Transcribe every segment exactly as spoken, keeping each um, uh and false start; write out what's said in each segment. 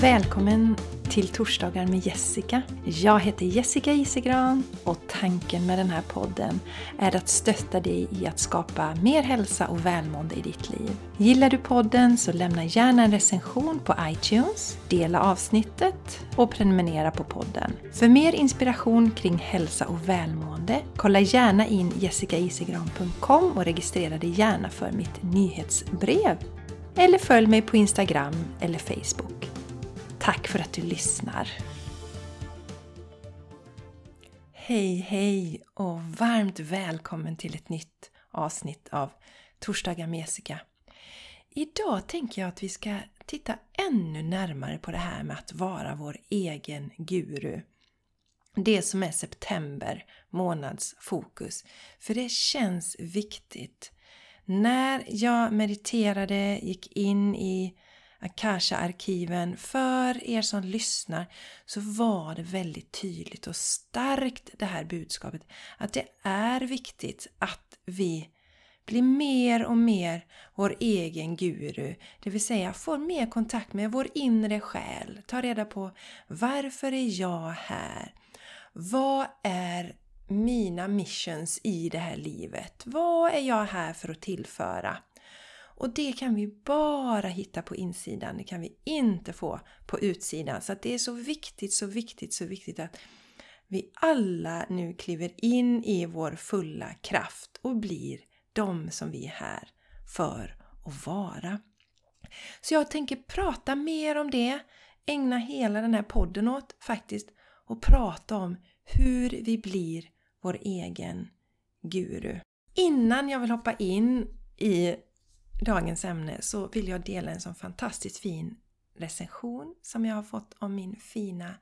Välkommen till Torsdagar med Jessica. Jag heter Jessica Isegran och tanken med den här podden är att stötta dig i att skapa mer hälsa och välmående i ditt liv. Gillar du podden så lämna gärna en recension på iTunes, dela avsnittet och prenumerera på podden. För mer inspiration kring hälsa och välmående, kolla gärna in jessica isegran punkt com och registrera dig gärna för mitt nyhetsbrev. Eller följ mig på Instagram eller Facebook. Tack för att du lyssnar. Hej hej och varmt välkommen till ett nytt avsnitt av Torsdagar med Jessica. Idag tänker jag att vi ska titta ännu närmare på det här med att vara vår egen guru. Det som är september månads fokus. För det känns viktigt. När jag mediterade, gick in i Akasha-arkiven för er som lyssnar, så var det väldigt tydligt och starkt det här budskapet att det är viktigt att vi blir mer och mer vår egen guru, det vill säga får mer kontakt med vår inre själ, ta reda på varför är jag här, vad är mina missions i det här livet, vad är jag här för att tillföra. Och det kan vi bara hitta på insidan. Det kan vi inte få på utsidan. Så att det är så viktigt, så viktigt, så viktigt att vi alla nu kliver in i vår fulla kraft och blir de som vi är här för att vara. Så jag tänker prata mer om det. Ägna hela den här podden åt faktiskt och prata om hur vi blir vår egen guru. Innan jag vill hoppa in i dagens ämne så vill jag dela en sån fantastiskt fin recension som jag har fått av min fina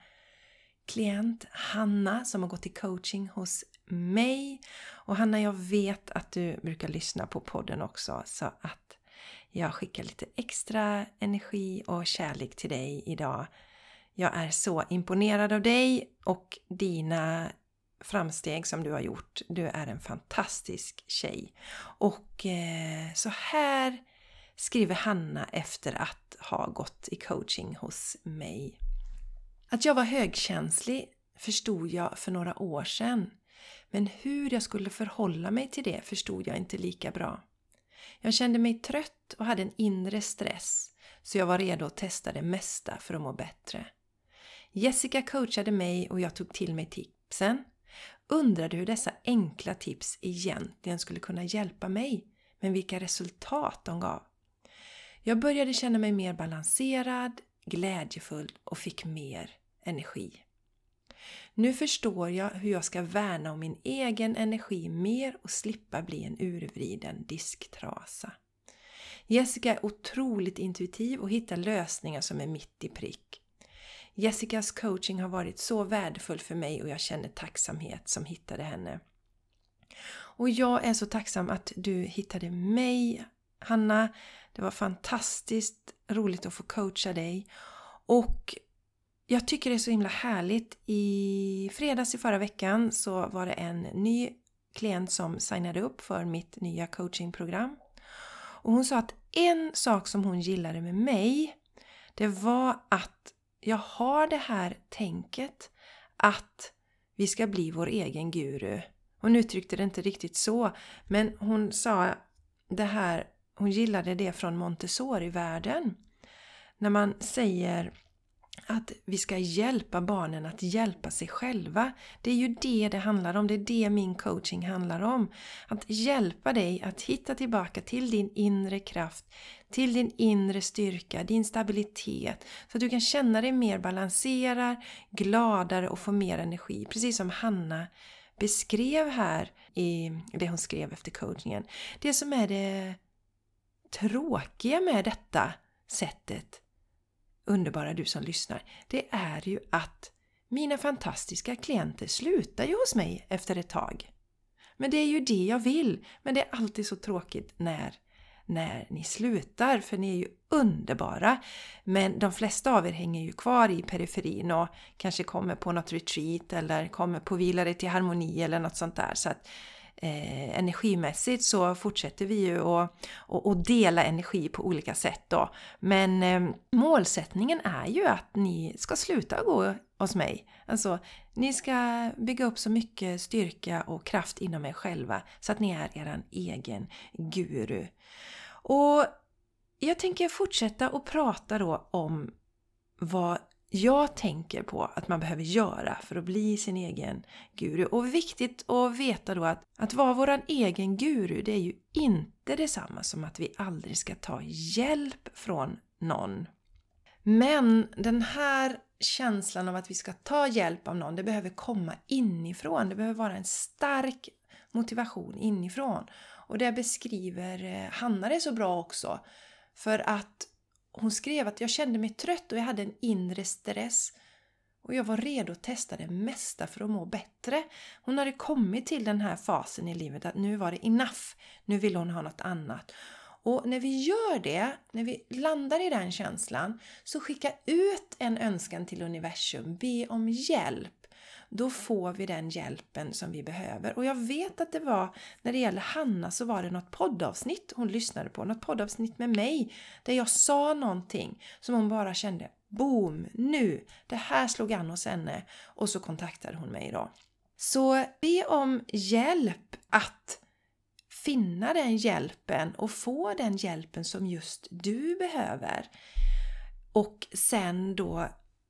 klient Hanna som har gått i coaching hos mig. Och Hanna, jag vet att du brukar lyssna på podden också, så att jag skickar lite extra energi och kärlek till dig idag. Jag är så imponerad av dig och dina framsteg som du har gjort. Du är en fantastisk tjej. Och eh, så här skriver Hanna efter att ha gått i coaching hos mig. Att jag var högkänslig förstod jag för några år sedan. Men hur jag skulle förhålla mig till det förstod jag inte lika bra. Jag kände mig trött och hade en inre stress. Så jag var redo att testa det mesta för att må bättre. Jessica coachade mig och jag tog till mig tipsen. Undrade hur dessa enkla tips egentligen skulle kunna hjälpa mig, men vilka resultat de gav. Jag började känna mig mer balanserad, glädjefull och fick mer energi. Nu förstår jag hur jag ska värna om min egen energi mer och slippa bli en urvriden disktrasa. Jessica är otroligt intuitiv och hittar lösningar som är mitt i prick. Jessicas coaching har varit så värdefull för mig och jag känner tacksamhet som hittade henne. Och jag är så tacksam att du hittade mig, Hanna. Det var fantastiskt roligt att få coacha dig. Och jag tycker det är så himla härligt. I fredags i förra veckan så var det en ny klient som signade upp för mitt nya coachingprogram. Och hon sa att en sak som hon gillade med mig, det var att jag har det här tänket att vi ska bli vår egen guru. Hon uttryckte det inte riktigt så, men hon sa det här, hon gillade det från Montessori-världen. När man säger att vi ska hjälpa barnen att hjälpa sig själva. Det är ju det det handlar om. Det är det min coaching handlar om. Att hjälpa dig att hitta tillbaka till din inre kraft, till din inre styrka, din stabilitet. Så att du kan känna dig mer balanserad, gladare och få mer energi. Precis som Hanna beskrev här i det hon skrev efter coachingen. Det som är det tråkiga med detta sättet, underbara du som lyssnar, det är ju att mina fantastiska klienter slutar ju hos mig efter ett tag. Men det är ju det jag vill. Men det är alltid så tråkigt när, när ni slutar, för ni är ju underbara. Men de flesta av er hänger ju kvar i periferin och kanske kommer på något retreat eller kommer på vilare till harmoni eller något sånt där. Så att eh, energimässigt så fortsätter vi ju att, att, att dela energi på olika sätt då. Men eh, målsättningen är ju att ni ska sluta gå hos mig. Alltså, ni ska bygga upp så mycket styrka och kraft inom er själva så att ni är er egen guru. Och jag tänker fortsätta att prata då om vad jag tänker på att man behöver göra för att bli sin egen guru. Och viktigt att veta då att, att vara våran egen guru, det är ju inte detsamma som att vi aldrig ska ta hjälp från någon. Men den här känslan av att vi ska ta hjälp av någon, det behöver komma inifrån. Det behöver vara en stark motivation inifrån. Och det beskriver Hanna det så bra också. För att hon skrev att jag kände mig trött och jag hade en inre stress. Och jag var redo att testa det mesta för att må bättre. Hon hade kommit till den här fasen i livet att nu var det enough. Nu vill hon ha något annat. Och när vi gör det, när vi landar i den känslan, så skicka ut en önskan till universum. Be om hjälp. Då får vi den hjälpen som vi behöver. Och jag vet att det var, när det gäller Hanna så var det något poddavsnitt hon lyssnade på. Något poddavsnitt med mig. Där jag sa någonting som hon bara kände, boom, nu. Det här slog an hos henne. Och så kontaktade hon mig då. Så be om hjälp att finna den hjälpen och få den hjälpen som just du behöver. Och sen då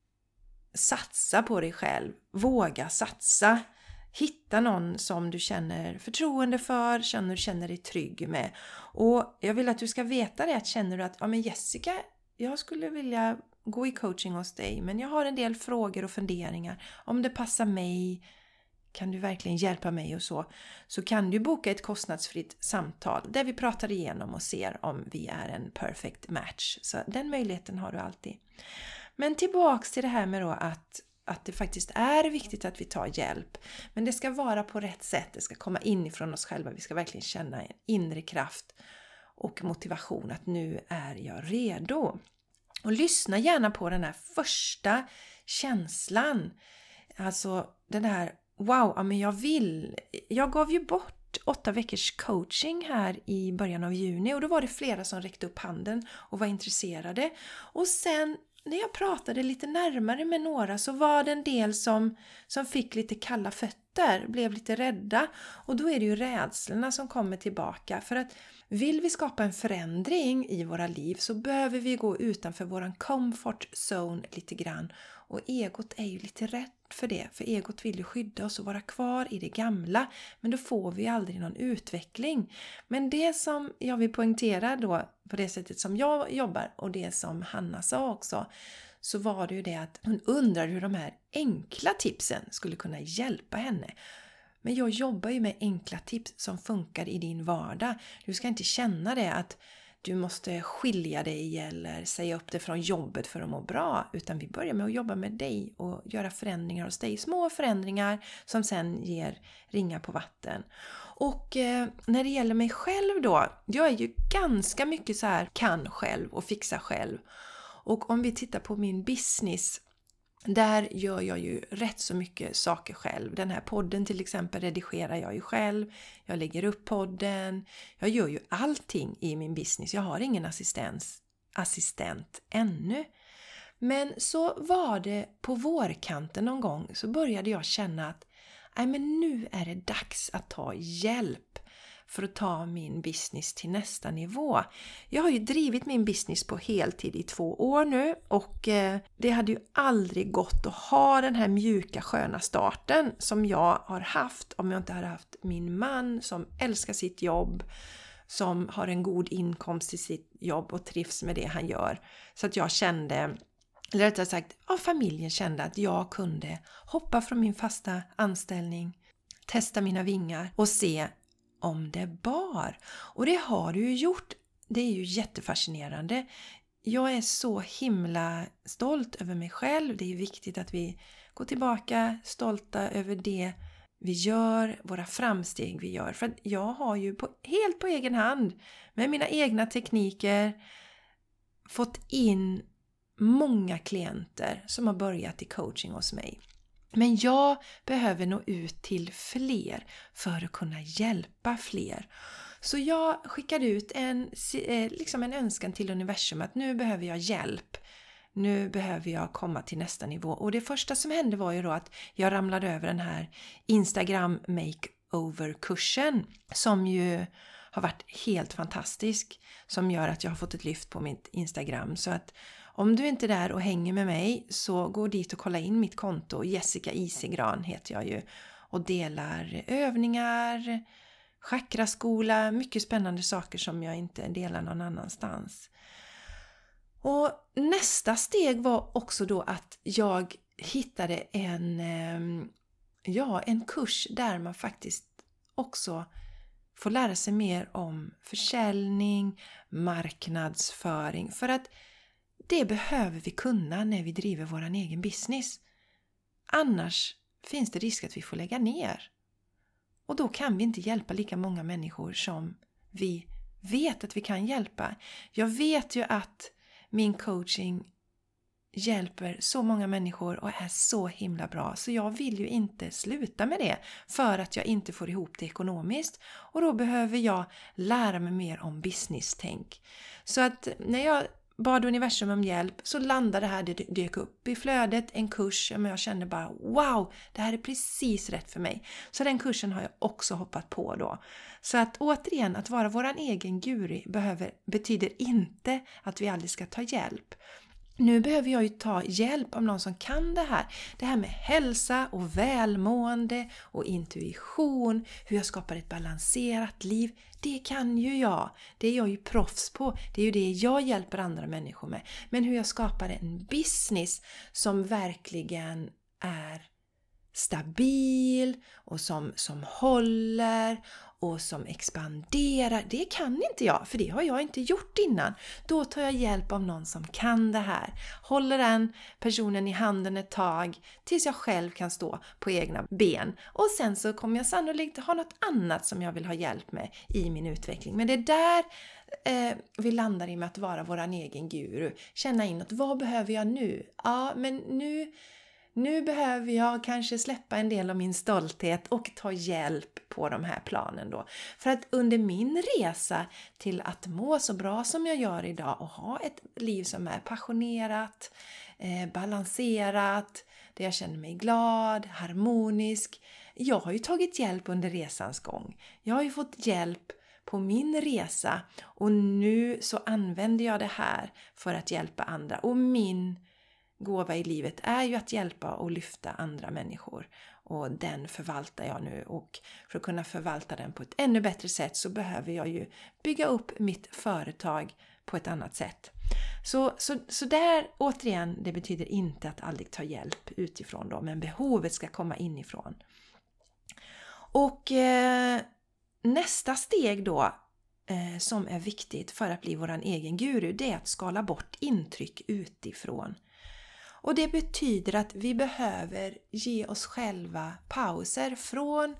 satsa på dig själv. Våga satsa. Hitta någon som du känner förtroende för, känner du känner dig trygg med. Och jag vill att du ska veta det, att känner du att ja men Jessica, jag skulle vilja gå i coaching hos dig, men jag har en del frågor och funderingar. Om det passar mig, kan du verkligen hjälpa mig och så, så kan du boka ett kostnadsfritt samtal där vi pratar igenom och ser om vi är en perfect match. Så den möjligheten har du alltid. Men tillbaks till det här med då att, att det faktiskt är viktigt att vi tar hjälp. Men det ska vara på rätt sätt. Det ska komma inifrån oss själva. Vi ska verkligen känna en inre kraft och motivation att nu är jag redo. Och lyssna gärna på den här första känslan. Alltså den här, wow, men jag vill. Jag gav ju bort åtta veckors coaching här i början av juni. Och då var det flera som räckte upp handen och var intresserade. Och sen när jag pratade lite närmare med några så var det en del som, som fick lite kalla fötter, blev lite rädda. Och då är det ju rädslorna som kommer tillbaka. För att vill vi skapa en förändring i våra liv så behöver vi gå utanför våran comfort zone lite grann. Och egot är ju lite rädd för det. För egot vill ju skydda oss och vara kvar i det gamla. Men då får vi aldrig någon utveckling. Men det som jag vill poängtera då på det sättet som jag jobbar och det som Hanna sa också, så var det ju det att hon undrar hur de här enkla tipsen skulle kunna hjälpa henne. Men jag jobbar ju med enkla tips som funkar i din vardag. Du ska inte känna det att du måste skilja dig eller säga upp det från jobbet för att må bra. Utan vi börjar med att jobba med dig och göra förändringar hos dig. Små förändringar som sen ger ringar på vatten. Och eh, när det gäller mig själv då. Jag är ju ganska mycket så här kan själv och fixa själv. Och om vi tittar på min business, där gör jag ju rätt så mycket saker själv. Den här podden till exempel redigerar jag ju själv. Jag lägger upp podden. Jag gör ju allting i min business. Jag har ingen assistens, assistent ännu. Men så var det på vårkanten någon gång så började jag känna att nej, men nu är det dags att ta hjälp för att ta min business till nästa nivå. Jag har ju drivit min business på heltid i två år nu och eh, det hade ju aldrig gått att ha den här mjuka sköna starten som jag har haft om jag inte hade haft min man som älskar sitt jobb, som har en god inkomst i sitt jobb och trivs med det han gör. Så att jag kände, eller rättare sagt, ja, familjen kände att jag kunde hoppa från min fasta anställning, testa mina vingar och se om det bar. Och det har du ju gjort. Det är ju jättefascinerande. Jag är så himla stolt över mig själv. Det är viktigt att vi går tillbaka stolta över det vi gör, våra framsteg vi gör. För jag har ju på, helt på egen hand med mina egna tekniker fått in många klienter som har börjat i coaching hos mig. Men jag behöver nå ut till fler för att kunna hjälpa fler. Så jag skickade ut en, liksom en önskan till universum att nu behöver jag hjälp. Nu behöver jag komma till nästa nivå. Och det första som hände var ju då att jag ramlade över den här Instagram makeover-kursen som ju har varit helt fantastisk. Som gör att jag har fått ett lyft på mitt Instagram. Så att om du inte är där och hänger med mig så gå dit och kolla in mitt konto. Jessica Isigran heter jag ju. Och delar övningar, chakraskola, mycket spännande saker som jag inte delar någon annanstans. Och nästa steg var också då att jag hittade en, ja, en kurs där man faktiskt också får lära sig mer om försäljning, marknadsföring. För att det behöver vi kunna när vi driver vår egen business. Annars finns det risk att vi får lägga ner. Och då kan vi inte hjälpa lika många människor som vi vet att vi kan hjälpa. Jag vet ju att min coaching hjälper så många människor och är så himla bra. Så jag vill ju inte sluta med det för att jag inte får ihop det ekonomiskt. Och då behöver jag lära mig mer om business-tänk. Så att när jag bad universum om hjälp så landade det här, det dök upp i flödet, en kurs. Men jag kände bara, wow, det här är precis rätt för mig. Så den kursen har jag också hoppat på då. Så att återigen, att vara våran egen guru behöver, betyder inte att vi aldrig ska ta hjälp. Nu behöver jag ju ta hjälp av någon som kan det här. Det här med hälsa och välmående och intuition. Hur jag skapar ett balanserat liv. Det kan ju jag. Det är jag ju proffs på. Det är ju det jag hjälper andra människor med. Men hur jag skapar en business som verkligen är stabil och som, som håller och som expanderar, det kan inte jag, för det har jag inte gjort innan. Då tar jag hjälp av någon som kan det här. Håller den personen i handen ett tag tills jag själv kan stå på egna ben. Och sen så kommer jag sannolikt ha något annat som jag vill ha hjälp med i min utveckling. Men det är där eh, vi landar i med att vara våran egen guru. Känna inåt, vad behöver jag nu? Ja, men nu... Nu behöver jag kanske släppa en del av min stolthet och ta hjälp på de här planen då. För att under min resa till att må så bra som jag gör idag och ha ett liv som är passionerat, eh, balanserat, där jag känner mig glad, harmonisk. Jag har ju tagit hjälp under resans gång. Jag har ju fått hjälp på min resa och nu så använder jag det här för att hjälpa andra. Och min gåva i livet är ju att hjälpa och lyfta andra människor. Och den förvaltar jag nu. Och för att kunna förvalta den på ett ännu bättre sätt så behöver jag ju bygga upp mitt företag på ett annat sätt. Så, så, så där återigen, det betyder inte att aldrig ta hjälp utifrån då. Men behovet ska komma inifrån. Och eh, nästa steg då eh, som är viktigt för att bli våran egen guru, det är att skala bort intryck utifrån. Och det betyder att vi behöver ge oss själva pauser från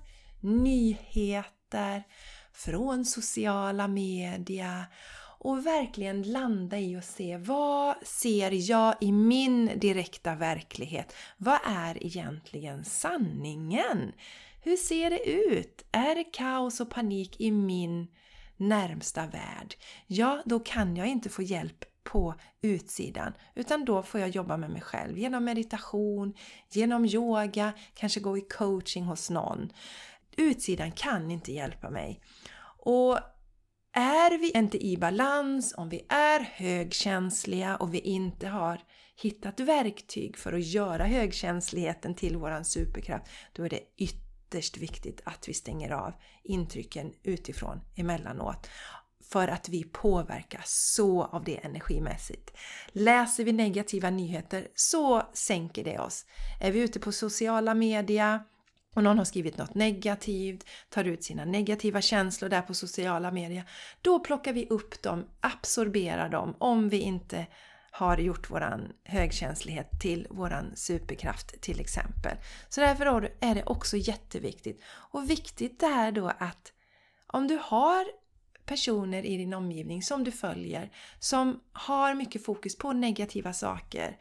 nyheter, från sociala medier och verkligen landa i och se, vad ser jag i min direkta verklighet? Vad är egentligen sanningen? Hur ser det ut? Är det kaos och panik i min närmsta värld? Ja, då kan jag inte få hjälp på utsidan, utan då får jag jobba med mig själv genom meditation, genom yoga, kanske gå i coaching hos någon. Utsidan kan inte hjälpa mig. Och är vi inte i balans, om vi är högkänsliga och vi inte har hittat verktyg för att göra högkänsligheten till våran superkraft, då är det ytterst viktigt att vi stänger av intrycken utifrån emellanåt. För att vi påverkas så av det energimässigt. Läser vi negativa nyheter så sänker det oss. Är vi ute på sociala medier och någon har skrivit något negativt, tar ut sina negativa känslor där på sociala medier, då plockar vi upp dem, absorberar dem om vi inte har gjort våran högkänslighet till våran superkraft till exempel. Så därför är det också jätteviktigt. Och viktigt är då att om du har personer i din omgivning som du följer som har mycket fokus på negativa saker,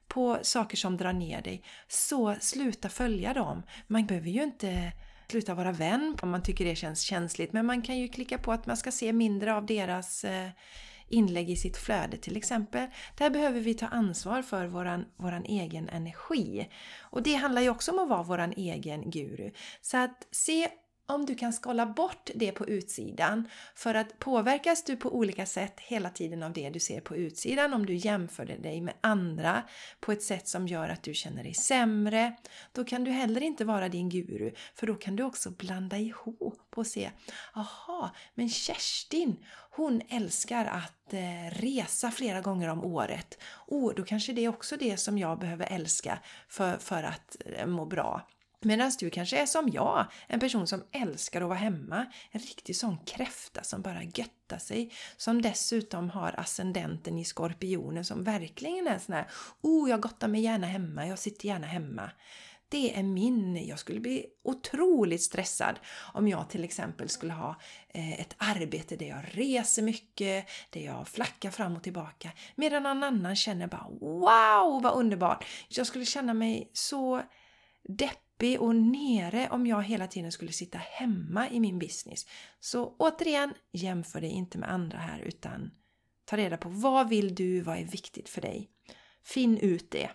på saker som drar ner dig, så sluta följa dem. Man behöver ju inte sluta vara vän om man tycker det känns känsligt, men man kan ju klicka på att man ska se mindre av deras inlägg i sitt flöde till exempel. Där behöver vi ta ansvar för våran, våran egen energi. Och det handlar ju också om att vara våran egen guru. Så att se om du kan skala bort det på utsidan, för att påverkas du på olika sätt hela tiden av det du ser på utsidan, om du jämför dig med andra på ett sätt som gör att du känner dig sämre, då kan du heller inte vara din guru, för då kan du också blanda ihop och se, aha, men Kerstin, hon älskar att eh, resa flera gånger om året. Oh, då kanske det är också det som jag behöver älska för, för att eh, må bra. Medan du kanske är som jag, en person som älskar att vara hemma. En riktig sån kräfta som bara göttar sig. Som dessutom har ascendenten i skorpionen som verkligen är sån här, oh, jag gottar mig gärna hemma, jag sitter gärna hemma. Det är min, jag skulle bli otroligt stressad om jag till exempel skulle ha ett arbete där jag reser mycket, där jag flackar fram och tillbaka. Medan någon annan känner bara, wow, vad underbart. Jag skulle känna mig så deppig och nere om jag hela tiden skulle sitta hemma i min business. Så återigen, jämför dig inte med andra här, utan ta reda på vad vill du, vad är viktigt för dig. Finn ut det.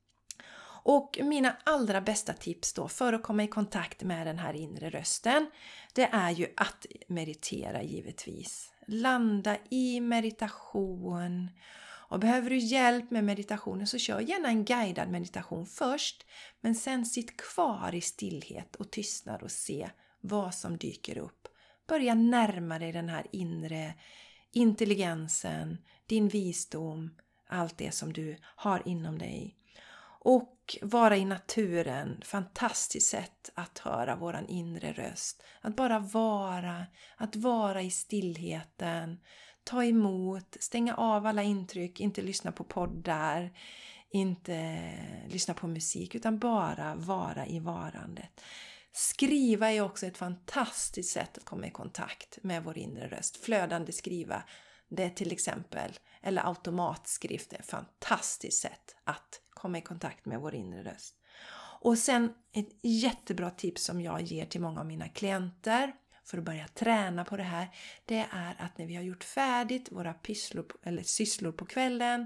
Och mina allra bästa tips då för att komma i kontakt med den här inre rösten, det är ju att meditera givetvis. Landa i meditation. Och behöver du hjälp med meditationen så kör gärna en guidad meditation först. Men sen sitt kvar i stillhet och tystnad och se vad som dyker upp. Börja närma dig den här inre intelligensen, din visdom, allt det som du har inom dig. Och vara i naturen, fantastiskt sätt att höra våran inre röst. Att bara vara, att vara i stillheten. Ta emot, stänga av alla intryck, inte lyssna på poddar, inte lyssna på musik, utan bara vara i varandet. Skriva är också ett fantastiskt sätt att komma i kontakt med vår inre röst. Flödande skriva, det till exempel, eller automatskrift är ett fantastiskt sätt att komma i kontakt med vår inre röst. Och sen ett jättebra tips som jag ger till många av mina klienter för att börja träna på det här, det är att när vi har gjort färdigt våra pysslor eller sysslor på kvällen,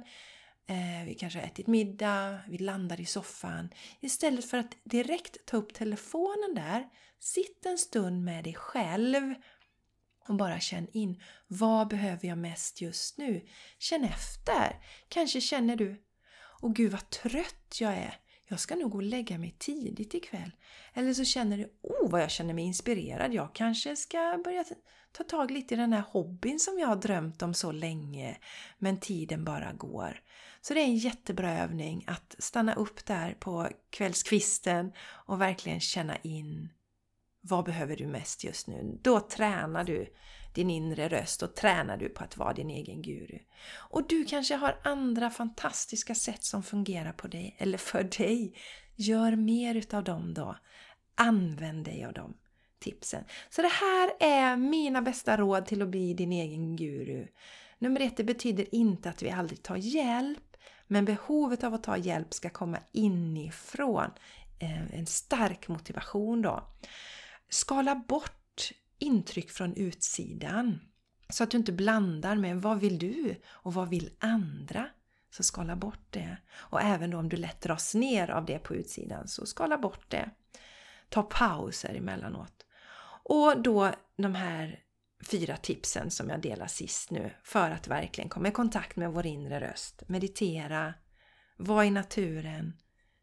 eh, vi kanske har ätit middag, vi landar i soffan, istället för att direkt ta upp telefonen där, sitt en stund med dig själv och bara känn in, vad behöver jag mest just nu? Känn efter, kanske känner du, åh gud vad trött jag är. Jag ska nog gå och lägga mig tidigt ikväll. Eller så känner du, oh vad jag känner mig inspirerad. Jag kanske ska börja ta tag lite i den här hobbyn som jag har drömt om så länge. Men tiden bara går. Så det är en jättebra övning att stanna upp där på kvällskvisten och verkligen känna in, vad behöver du mest just nu? Då tränar du din inre röst och tränar du på att vara din egen guru. Och du kanske har andra fantastiska sätt som fungerar på dig eller för dig. Gör mer utav dem då. Använd dig av de tipsen. Så det här är mina bästa råd till att bli din egen guru. Nummer ett, det betyder inte att vi aldrig tar hjälp. Men behovet av att ta hjälp ska komma inifrån. En stark motivation då. Skala bort intryck från utsidan. Så att du inte blandar med vad vill du och vad vill andra. Så skala bort det. Och även då om du lätt dras ner av det på utsidan, så skala bort det. Ta pauser emellanåt. Och då de här fyra tipsen som jag delar sist nu. För att verkligen komma i kontakt med vår inre röst. Meditera. Var i naturen.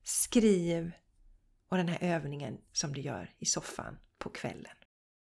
Skriv. Och den här övningen som du gör i soffan på kvällen.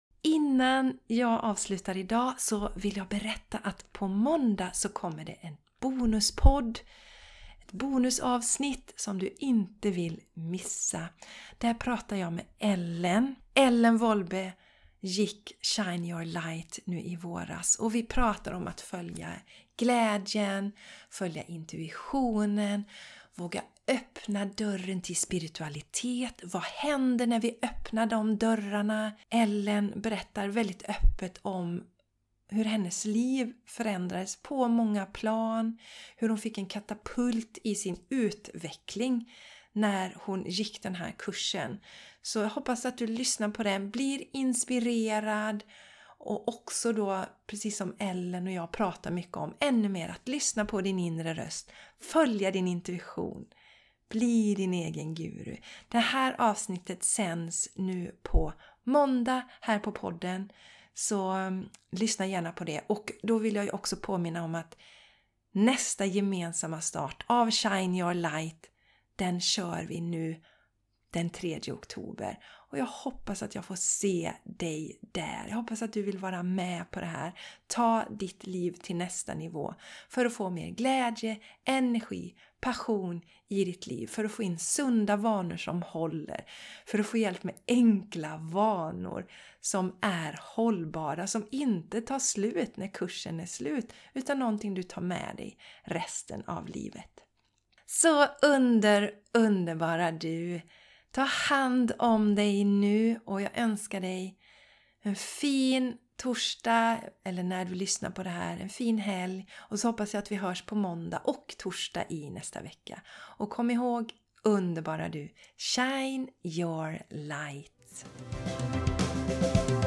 Innan jag avslutar idag så vill jag berätta att på måndag så kommer det en bonuspodd. Ett bonusavsnitt som du inte vill missa. Där pratar jag med Ellen. Ellen Wolbe gick Shine Your Light nu i våras. Och vi pratar om att följa glädjen, följa intuitionen, våga öppna dörren till spiritualitet. Vad händer när vi öppnar de dörrarna? Ellen berättar väldigt öppet om hur hennes liv förändrades på många plan. Hur hon fick en katapult i sin utveckling när hon gick den här kursen. Så jag hoppas att du lyssnar på den, blir inspirerad och också då, precis som Ellen och jag pratar mycket om, ännu mer att lyssna på din inre röst, följa din intuition, bli din egen guru. Det här avsnittet sänds nu på måndag här på podden, så um, lyssna gärna på det. Och då vill jag ju också påminna om att nästa gemensamma start av Shine Your Light, den kör vi nu den tredje oktober. Och jag hoppas att jag får se dig där. Jag hoppas att du vill vara med på det här. Ta ditt liv till nästa nivå. För att få mer glädje, energi, passion i ditt liv. För att få in sunda vanor som håller. För att få hjälp med enkla vanor som är hållbara. Som inte tar slut när kursen är slut. Utan någonting du tar med dig resten av livet. Så under, underbara du. Ta hand om dig nu och jag önskar dig en fin torsdag, eller när du lyssnar på det här, en fin helg. Och så hoppas jag att vi hörs på måndag och torsdag i nästa vecka. Och kom ihåg, underbara du, shine your light.